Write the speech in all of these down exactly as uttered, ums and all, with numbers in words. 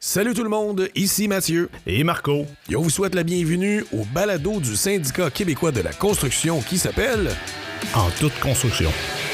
Salut tout le monde, ici Mathieu et Marco. Et on vous souhaite la bienvenue au balado du syndicat québécois de la construction qui s'appelle En toute construction.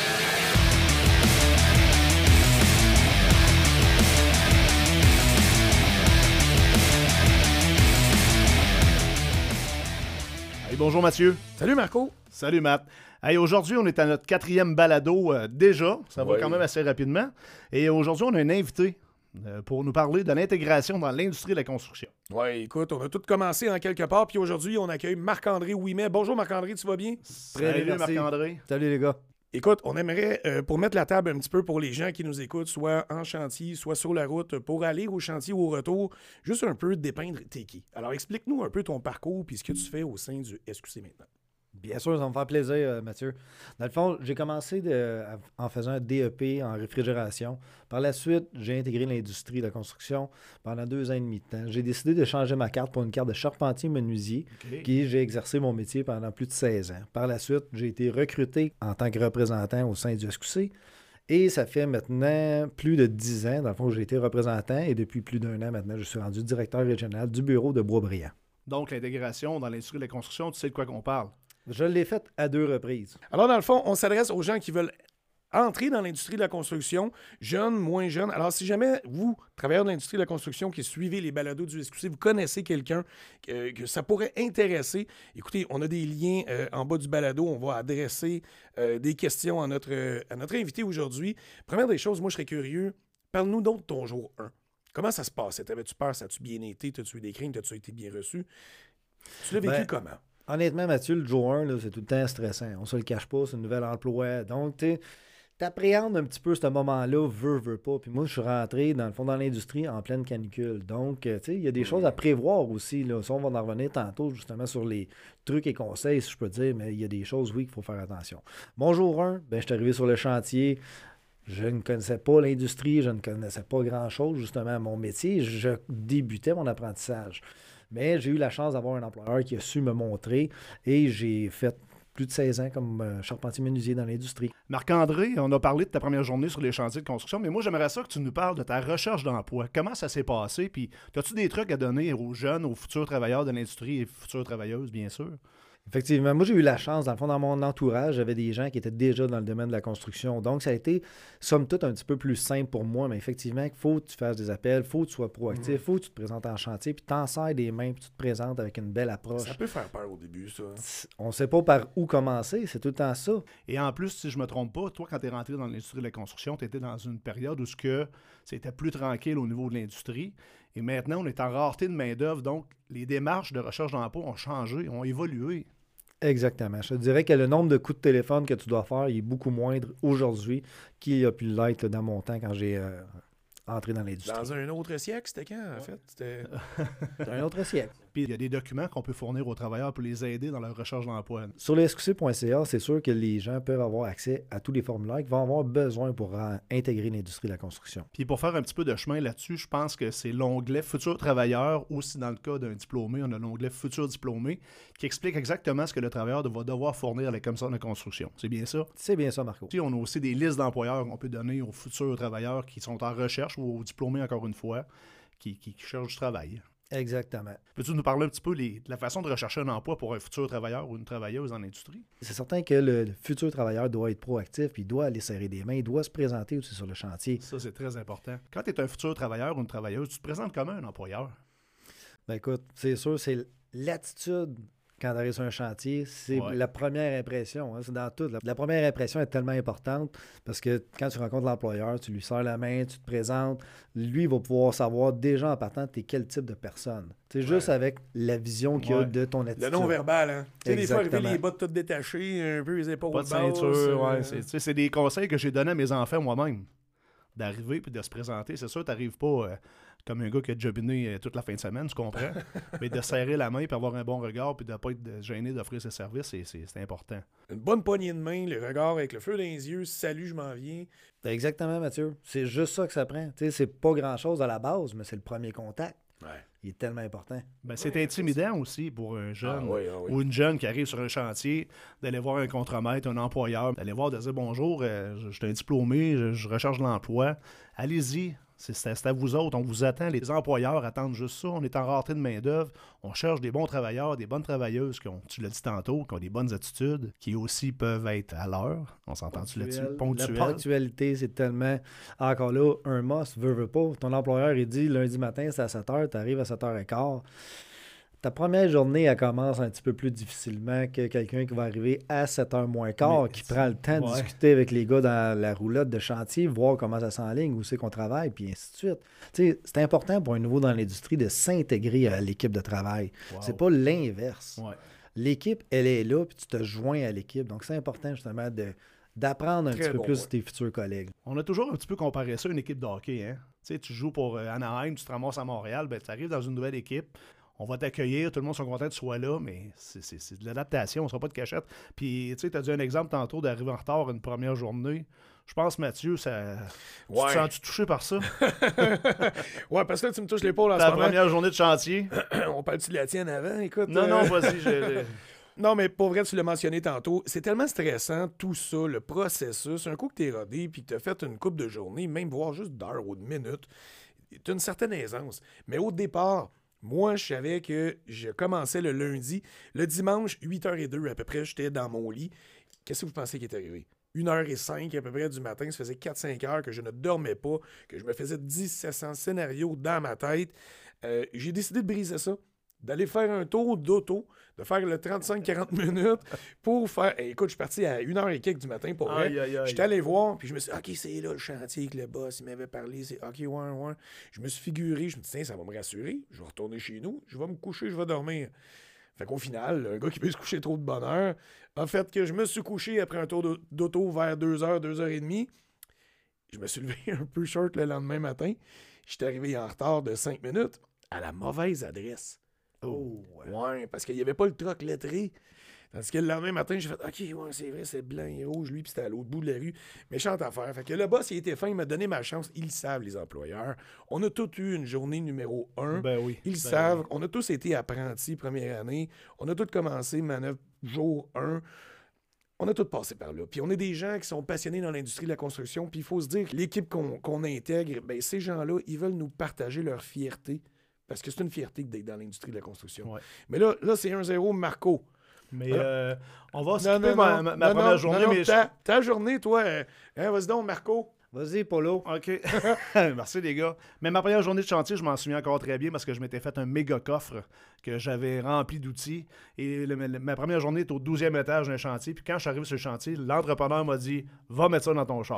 Hey, bonjour Mathieu. Salut Marco. Salut Matt. Hey, aujourd'hui, on est à notre quatrième balado euh, déjà. Ça va Oui. quand même assez rapidement. Et aujourd'hui, on a un invité euh, pour nous parler de l'intégration dans l'industrie de la construction. Ouais, écoute, on a tout commencé en quelque part, puis aujourd'hui, on accueille Marc-André Ouimet. Bonjour Marc-André, tu vas bien? Salut Marc-André. Salut les gars. Écoute, on aimerait, euh, pour mettre la table un petit peu pour les gens qui nous écoutent, soit en chantier, soit sur la route, pour aller au chantier ou au retour, juste un peu dépeindre t'es qui. Alors, explique-nous un peu ton parcours puis ce que tu fais au sein du S Q C maintenant. Bien sûr, ça va me faire plaisir, euh, Mathieu. Dans le fond, j'ai commencé de, en faisant un D E P en réfrigération. Par la suite, j'ai intégré l'industrie de la construction pendant deux ans et demi de temps. J'ai décidé de changer ma carte pour une carte de charpentier-menuisier, Okay. qui j'ai exercé mon métier pendant plus de seize ans. Par la suite, j'ai été recruté en tant que représentant au sein du S Q C. Et ça fait maintenant plus de dix ans, dans le fond, que j'ai été représentant. Et depuis plus d'un an maintenant, je suis rendu directeur régional du bureau de Boisbriand. Donc, l'intégration dans l'industrie de la construction, tu sais de quoi qu'on parle. Je l'ai faite à deux reprises. Alors, dans le fond, on s'adresse aux gens qui veulent entrer dans l'industrie de la construction, jeunes, moins jeunes. Alors, si jamais vous, travailleurs de l'industrie de la construction qui suivez les balados du S Q C, vous connaissez quelqu'un que, que ça pourrait intéresser, écoutez, on a des liens euh, en bas du balado. On va adresser euh, des questions à notre, euh, à notre invité aujourd'hui. Première des choses, moi, je serais curieux. Parle-nous donc de ton jour un. Comment ça se passait? T'avais-tu peur? Ça a-tu bien été? T'as-tu eu des craintes? T'as-tu été bien reçu? Tu l'as vécu Ben, comment? Honnêtement, Mathieu, le jour un, là, c'est tout le temps stressant. On se le cache pas, c'est un nouvel emploi. Donc, tu t'appréhendes un petit peu ce moment-là, veux, veux pas. Puis moi, je suis rentré, dans le fond, dans l'industrie en pleine canicule. Donc, euh, tu sais, il y a des choses à prévoir aussi. Là. Ça, on va en revenir tantôt, justement, sur les trucs et conseils, si je peux dire. Mais il y a des choses, oui, qu'il faut faire attention. Mon jour un, ben, je suis arrivé sur le chantier. Je ne connaissais pas l'industrie, je ne connaissais pas grand-chose, justement, à mon métier. Je débutais mon apprentissage. Mais j'ai eu la chance d'avoir un employeur qui a su me montrer et j'ai fait plus de seize ans comme euh, charpentier-menuisier dans l'industrie. Marc-André, on a parlé de ta première journée sur les chantiers de construction, mais moi, j'aimerais ça que tu nous parles de ta recherche d'emploi. Comment ça s'est passé? Puis, as-tu des trucs à donner aux jeunes, aux futurs travailleurs de l'industrie et futures travailleuses, bien sûr? Effectivement, moi j'ai eu la chance, dans le fond, dans mon entourage, j'avais des gens qui étaient déjà dans le domaine de la construction. Donc, ça a été, somme toute, un petit peu plus simple pour moi. Mais effectivement, il faut que tu fasses des appels, il faut que tu sois proactif, il mmh. faut que tu te présentes en chantier, puis t'en sers des mains, puis tu te présentes avec une belle approche. Ça peut faire peur au début, ça. On ne sait pas par où commencer, c'est tout le temps ça. Et en plus, si je me trompe pas, toi, quand tu es rentré dans l'industrie de la construction, tu étais dans une période où ce que c'était plus tranquille au niveau de l'industrie. Et maintenant, on est en rareté de main-d'œuvre. Donc, les démarches de recherche d'emploi ont changé, ont évolué. Exactement. Je te dirais que le nombre de coups de téléphone que tu dois faire il est beaucoup moindre aujourd'hui qu'il a pu l'être dans mon temps quand j'ai euh, entré dans l'industrie. Dans un autre siècle, c'était quand, en fait? C'était dans un autre siècle. Puis il y a des documents qu'on peut fournir aux travailleurs pour les aider dans leur recherche d'emploi. Sur le S Q C point C A, c'est sûr que les gens peuvent avoir accès à tous les formulaires qu'ils vont avoir besoin pour euh, intégrer l'industrie de la construction. Puis pour faire un petit peu de chemin là-dessus, je pense que c'est l'onglet Futurs travailleurs, aussi dans le cas d'un diplômé, on a l'onglet Futurs diplômés, qui explique exactement ce que le travailleur va devoir fournir à la commission de construction. C'est bien ça? C'est bien ça, Marco. Puis on a aussi des listes d'employeurs qu'on peut donner aux futurs travailleurs qui sont en recherche ou aux diplômés, encore une fois, qui, qui, qui cherchent du travail. Exactement. Peux-tu nous parler un petit peu les, de la façon de rechercher un emploi pour un futur travailleur ou une travailleuse en industrie? C'est certain que le, le futur travailleur doit être proactif, puis il doit aller serrer des mains, il doit se présenter aussi sur le chantier. Ça, c'est très important. Quand tu es un futur travailleur ou une travailleuse, tu te présentes comme un employeur. Ben écoute, c'est sûr, c'est l'attitude quand tu arrives sur un chantier, c'est ouais. la première impression. Hein, c'est dans tout. La, la première impression est tellement importante parce que quand tu rencontres l'employeur, tu lui serres la main, tu te présentes, lui, il va pouvoir savoir déjà en partant t'es quel type de personne. C'est ouais. juste avec la vision qu'il y a ouais. de ton attitude. Le non-verbal, hein. Tu sais, des fois, arriver les bottes toutes détachées, un peu les épaules pas de ceinture, euh... ouais. C'est, c'est des conseils que j'ai donnés à mes enfants moi-même. D'arriver puis de se présenter. C'est sûr, tu n'arrives pas euh, comme un gars qui a jobiné euh, toute la fin de semaine, tu comprends? Mais de serrer la main puis avoir un bon regard puis de ne pas être gêné d'offrir ses services, c'est, c'est, c'est important. Une bonne poignée de main, le regard avec le feu dans les yeux, salut, je m'en viens. Exactement, Mathieu. C'est juste ça que ça prend. Tu sais, c'est pas grand-chose à la base, mais c'est le premier contact. Ouais. Il est tellement important. Ben, c'est ouais, intimidant c'est... aussi pour un jeune ah, oui, ah, oui. ou une jeune qui arrive sur un chantier, d'aller voir un contremaître, un employeur, d'aller voir, de dire bonjour, euh, je, je suis un diplômé, je, je recherche de l'emploi. Allez-y, C'est, c'est, c'est à vous autres. On vous attend. Les employeurs attendent juste ça. On est en rareté de main-d'œuvre. On cherche des bons travailleurs, des bonnes travailleuses qui ont, tu l'as dit tantôt, qui ont des bonnes attitudes, qui aussi peuvent être à l'heure. On s'entend-tu là-dessus? Ponctuel. La ponctualité, c'est tellement... Encore là, un must, veut, veut pas. Ton employeur, il dit lundi matin, c'est à sept heures, tu arrives à sept heures quinze. Ta première journée, elle commence un petit peu plus difficilement que quelqu'un qui va arriver à sept heures moins quart, qui prend le temps de ouais. discuter avec les gars dans la roulotte de chantier, voir comment ça s'enligne, où c'est qu'on travaille, puis ainsi de suite. Tu sais, c'est important pour un nouveau dans l'industrie de s'intégrer à l'équipe de travail. Wow. C'est pas l'inverse. Ouais. L'équipe, elle est là, puis tu te joins à l'équipe. Donc, c'est important justement de, d'apprendre un Très petit peu bon, plus ouais. tes futurs collègues. On a toujours un petit peu comparé ça à une équipe de hockey. Hein? Tu sais, tu joues pour euh, Anaheim, tu te ramasses à Montréal, ben, tu arrives dans une nouvelle équipe. On va t'accueillir, tout le monde sont contents que tu sois là, mais c'est, c'est, c'est de l'adaptation, on ne sera pas de cachette. Puis, tu sais, tu as dit un exemple tantôt d'arriver en retard une première journée. Je pense, Mathieu, ça. Ouais. Tu te sens-tu touché par ça? Ouais, parce que là, tu me touches l'épaule en Ta ce moment. première journée de chantier? On parle-tu de la tienne avant? Écoute. Non, euh, non, vas-y. Je... Non, mais pour vrai, tu l'as mentionné tantôt, c'est tellement stressant, tout ça, le processus. Un coup que t'es rodé puis que t'as fait une couple de journées, même voire juste d'heures ou de minutes, t'as une certaine aisance. Mais au départ, moi, je savais que je commençais le lundi. Le dimanche, huit heures zéro deux à peu près, j'étais dans mon lit. Qu'est-ce que vous pensez qui est arrivé? une heure cinq à peu près du matin, ça faisait quatre cinq heures que je ne dormais pas, que je me faisais dix à sept cents scénarios dans ma tête. Euh, j'ai décidé de briser ça, d'aller faire un tour d'auto, de faire le trente-cinq à quarante minutes pour faire... Hey, écoute, je suis parti à une heure et quelques du matin pour vrai. Aïe, aïe, aïe. J'étais allé voir, puis je me suis dit, OK, c'est là le chantier que le boss, il m'avait parlé, c'est OK, ouais, ouais. Je me suis figuré, je me suis dit, tiens, ça va me rassurer, je vais retourner chez nous, je vais me coucher, je vais dormir. Fait qu'au final, un gars qui peut se coucher trop de bonne heure a fait que je me suis couché après un tour d'auto vers deux heures, deux heures trente. Je me suis levé un peu short le lendemain matin. J'étais arrivé en retard de cinq minutes à la mauvaise adresse. Oh, Ouais, parce qu'il n'y avait pas le troc lettré. Tandis que le lendemain matin, j'ai fait « OK, ouais, c'est vrai, c'est blanc et rouge, lui, puis c'était à l'autre bout de la rue. » Méchante affaire. Fait que le boss, il était fin, il m'a donné ma chance. Ils le savent, les employeurs. On a tous eu une journée numéro un. Ben oui. Ils le ben savent. oui. On a tous été apprentis première année. On a tous commencé manœuvre jour un. On a tous passé par là. Puis on est des gens qui sont passionnés dans l'industrie de la construction. Puis il faut se dire que l'équipe qu'on, qu'on intègre, ben, ces gens-là, ils veulent nous partager leur fierté. Parce que c'est une fierté d'être dans l'industrie de la construction. Ouais. Mais là, là c'est un zéro Marco. Mais Voilà. euh, on va Non, skipper non, ma, non, ma- ma non, première non, journée. non, non, mais je- ta, ta journée, toi, euh, hein, vas-y donc, Marco. Vas-y, Polo. OK. Merci, les gars. Mais ma première journée de chantier, je m'en souviens encore très bien parce que je m'étais fait un méga coffre que j'avais rempli d'outils. Et le- le- ma première journée est au douzième étage d'un chantier. Puis quand je suis arrivé sur le chantier, l'entrepreneur m'a dit « Va mettre ça dans ton char. »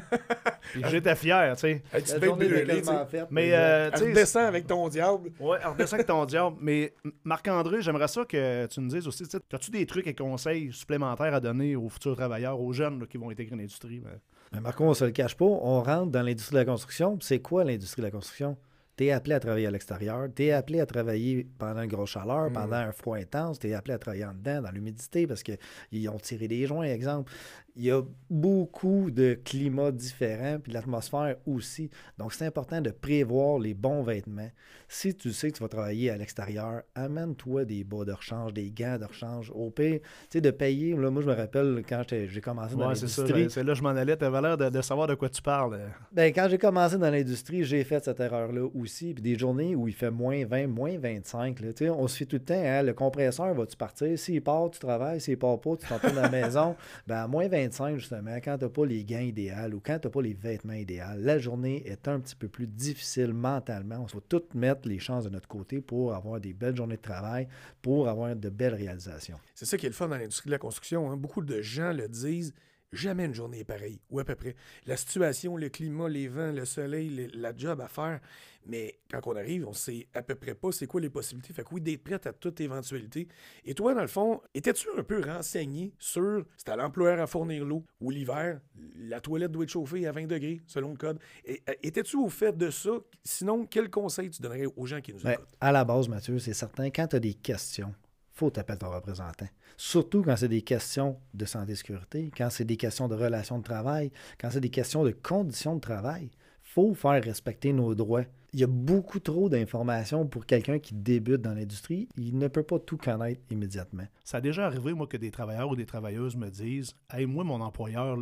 Puis j'étais fier, tu sais. Hey, tu La devais être journée brûlé, était tu sais. tellement faite. Mais, puis, euh, tu sais, Redescends avec ton diable. ouais, alors redescends avec ton diable. Mais Marc-André, j'aimerais ça que tu nous dises aussi, tu sais, as-tu des trucs et conseils supplémentaires à donner aux futurs travailleurs, aux jeunes là, qui vont intégrer l'industrie? Ben, Mais Marco, on ne se le cache pas, on rentre dans l'industrie de la construction. Puis c'est quoi l'industrie de la construction? Tu es appelé à travailler à l'extérieur, tu es appelé à travailler pendant une grosse chaleur, Mm. pendant un froid intense, tu es appelé à travailler en dedans, dans l'humidité, parce qu'ils ont tiré des joints, exemple. Il y a beaucoup de climats différents, puis l'atmosphère aussi. Donc, c'est important de prévoir les bons vêtements. Si tu sais que tu vas travailler à l'extérieur, amène-toi des bas de rechange, des gants de rechange. Au pire, tu sais, de payer. Là, moi, je me rappelle quand j'étais- j'ai commencé dans ouais, c'est ça. l'industrie. ben, C'est là que je m'en allais. Tu avais l'air de, de savoir de quoi tu parles. Ben, quand j'ai commencé dans l'industrie, j'ai fait cette erreur-là aussi. Puis des journées où il fait moins vingt, moins vingt-cinq. Là, tu sais, on se fait tout le temps, hein, le compresseur, va-tu partir? S'il part, tu travailles. S'il part pas, tu t'en retournes à la maison. Ben, à moins vingt-cinq, justement, quand tu n'as pas les gants idéaux ou quand tu n'as pas les vêtements idéaux, la journée est un petit peu plus difficile mentalement. On se va tout mettre les chances de notre côté pour avoir des belles journées de travail, pour avoir de belles réalisations. C'est ça qui est le fun dans l'industrie de la construction. Hein. Beaucoup de gens le disent. Jamais une journée est pareille, ou à peu près. La situation, le climat, les vents, le soleil, le- la job à faire. Mais quand on arrive, on sait à peu près pas c'est quoi les possibilités. Fait que oui, d'être prête à toute éventualité. Et toi, dans le fond, étais-tu un peu renseigné sur c'est à l'employeur à fournir l'eau ou l'hiver, la toilette doit être chauffée à vingt degrés selon le code. Et, euh, étais-tu au fait de ça? Sinon, quel conseil tu donnerais aux gens qui nous Ben, écoutent? à la base, Mathieu, c'est certain, quand tu as des questions, faut t'appeler ton représentant. Surtout quand c'est des questions de santé et sécurité, quand c'est des questions de relations de travail, quand c'est des questions de conditions de travail. Faut faire respecter nos droits. Il y a beaucoup trop d'informations pour quelqu'un qui débute dans l'industrie. Il ne peut pas tout connaître immédiatement. Ça a déjà arrivé, moi, que des travailleurs ou des travailleuses me disent « Hey, moi, mon employeur, là,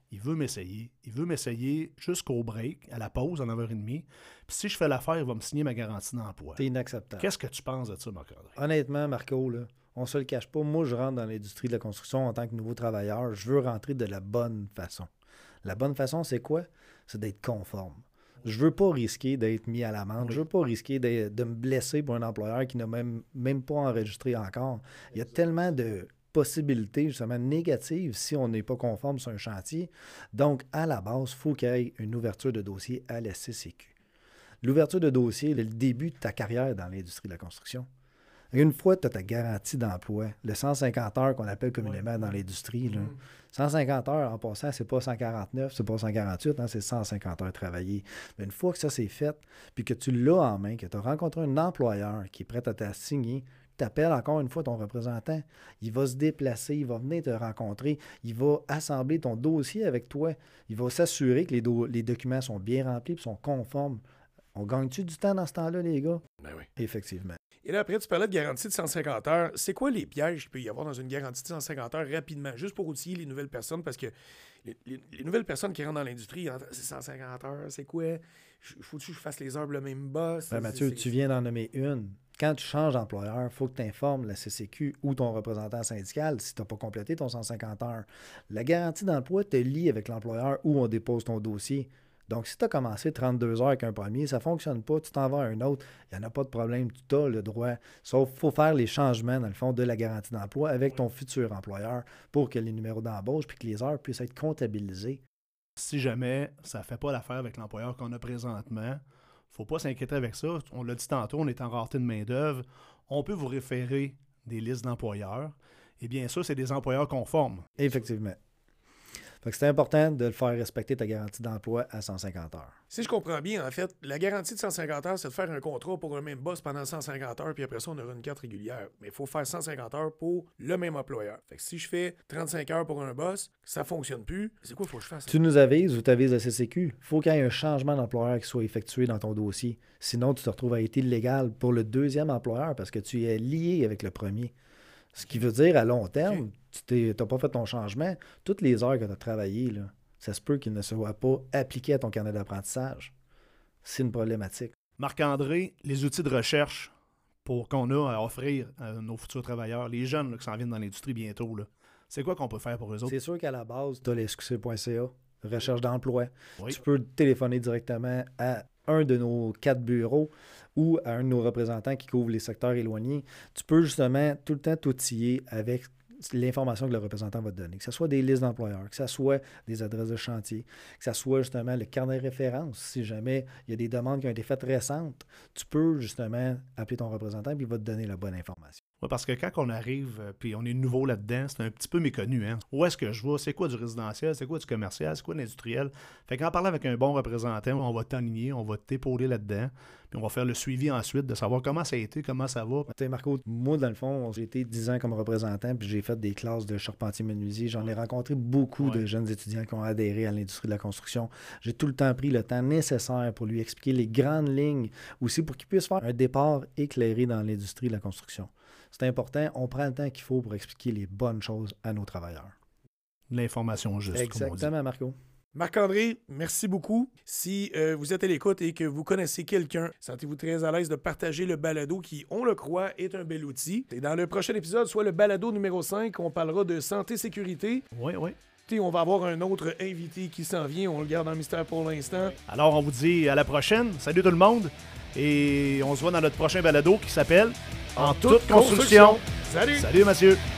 il veut m'essayer. Il veut m'essayer jusqu'au break, à la pause, en neuf heures trente. Puis si je fais l'affaire, il va me signer ma garantie d'emploi. C'est inacceptable. Qu'est-ce que tu penses de ça, Marc-André? Honnêtement, Marco, là, on se le cache pas. Moi, je rentre dans l'industrie de la construction en tant que nouveau travailleur. Je veux rentrer de la bonne façon. La bonne façon, c'est quoi? C'est d'être conforme. Je veux pas risquer d'être mis à l'amende. Oui. Je veux pas risquer de, de me blesser pour un employeur qui n'a même, même pas enregistré encore. Il y a tellement de possibilités, justement, négatives si on n'est pas conforme sur un chantier. Donc, à la base, il faut qu'il y ait une ouverture de dossier à la C C Q. L'ouverture de dossier, c'est le début de ta carrière dans l'industrie de la construction. Une fois que tu as ta garantie d'emploi, le cent cinquante heures qu'on appelle communément Ouais. dans l'industrie, là, Mm. cent cinquante heures, en passant, c'est pas cent quarante-neuf, c'est pas cent quarante-huit, hein, c'est cent cinquante heures travaillées. Mais une fois que ça c'est fait, puis que tu l'as en main, que tu as rencontré un employeur qui est prêt à t'assigner, tu appelles encore une fois ton représentant. Il va se déplacer, il va venir te rencontrer, il va assembler ton dossier avec toi, il va s'assurer que les, do- les documents sont bien remplis et sont conformes. On gagne-tu du temps dans ce temps-là, les gars? Ben oui. Effectivement. Et là, après, tu parlais de garantie de cent cinquante heures. C'est quoi les pièges qu'il peut y avoir dans une garantie de cent cinquante heures rapidement, juste pour outiller les nouvelles personnes? Parce que les, les- les nouvelles personnes qui rentrent dans l'industrie, ils entendent, c'est cent cinquante heures, c'est quoi? Faut-tu que je fasse les heures le même boss? Ben, Mathieu, C'est- tu viens d'en nommer une. Quand tu changes d'employeur, il faut que tu informes la C C Q ou ton représentant syndical si tu n'as pas complété ton cent cinquante heures. La garantie d'emploi te lie avec l'employeur où on dépose ton dossier. Donc, si tu as commencé trente-deux heures avec un premier, ça ne fonctionne pas, tu t'en vas à un autre, il n'y en a pas de problème, tu as le droit. Sauf qu'il faut faire les changements, dans le fond, de la garantie d'emploi avec ton futur employeur pour que les numéros d'embauche et que les heures puissent être comptabilisées. Si jamais ça ne fait pas l'affaire avec l'employeur qu'on a présentement, il ne faut pas s'inquiéter avec ça. On l'a dit tantôt, on est en rareté de main-d'œuvre. On peut vous référer des listes d'employeurs. Et bien sûr, c'est des employeurs conformes. Effectivement. Fait que c'est important de le faire respecter ta garantie d'emploi à cent cinquante heures. Si je comprends bien, en fait, la garantie de cent cinquante heures, c'est de faire un contrat pour un même boss pendant cent cinquante heures, puis après ça, on aura une carte régulière. Mais il faut faire cent cinquante heures pour le même employeur. Fait que si je fais trente-cinq heures pour un boss, ça fonctionne plus, c'est quoi il faut que je fasse? Tu nous avises ou tu avises la C C Q. Il faut qu'il y ait un changement d'employeur qui soit effectué dans ton dossier. Sinon, tu te retrouves à être illégal pour le deuxième employeur parce que tu es lié avec le premier. Ce qui veut dire, à long terme, Ok. tu n'as pas fait ton changement. Toutes les heures que tu as travaillées, là, ça se peut qu'ils ne soient pas appliquées à ton carnet d'apprentissage. C'est une problématique. Marc-André, les outils de recherche pour qu'on a à offrir à nos futurs travailleurs, les jeunes là, qui s'en viennent dans l'industrie bientôt, là, c'est quoi qu'on peut faire pour eux autres? C'est sûr qu'à la base, tu as le S Q C point C A, recherche d'emploi. Oui. Tu peux téléphoner directement à un de nos quatre bureaux ou à un de nos représentants qui couvre les secteurs éloignés. Tu peux justement tout le temps t'outiller avec l'information que le représentant va te donner, que ce soit des listes d'employeurs, que ce soit des adresses de chantier, que ce soit justement le carnet de référence. Si jamais il y a des demandes qui ont été faites récentes, tu peux justement appeler ton représentant et il va te donner la bonne information. Oui, parce que quand on arrive euh, puis on est nouveau là-dedans, c'est un petit peu méconnu. Hein? Où est-ce que je vais? C'est quoi du résidentiel? C'est quoi du commercial? C'est quoi de l'industriel? Fait qu'en parlant avec un bon représentant, on va t'aligner, on va t'épauler là-dedans, puis on va faire le suivi ensuite de savoir comment ça a été, comment ça va. Tu sais, Marco, moi, dans le fond, j'ai été dix ans comme représentant, puis j'ai fait des classes de charpentier-menuisier. J'en ai rencontré beaucoup Ouais. de jeunes étudiants qui ont adhéré à l'industrie de la construction. J'ai tout le temps pris le temps nécessaire pour lui expliquer les grandes lignes, aussi pour qu'il puisse faire un départ éclairé dans l'industrie de la construction. C'est important, on prend le temps qu'il faut pour expliquer les bonnes choses à nos travailleurs. L'information juste, comme on dit. Exactement, Marco. Marc-André, merci beaucoup. Si euh, vous êtes à l'écoute et que vous connaissez quelqu'un, sentez-vous très à l'aise de partager le balado qui, on le croit, est un bel outil. Et dans le prochain épisode, soit le balado numéro cinq, on parlera de santé-sécurité. Oui, oui. Et on va avoir un autre invité qui s'en vient. On le garde en mystère pour l'instant. Alors, on vous dit à la prochaine. Salut tout le monde. Et on se voit dans notre prochain balado qui s'appelle En, toute construction. Salut! Salut, Mathieu.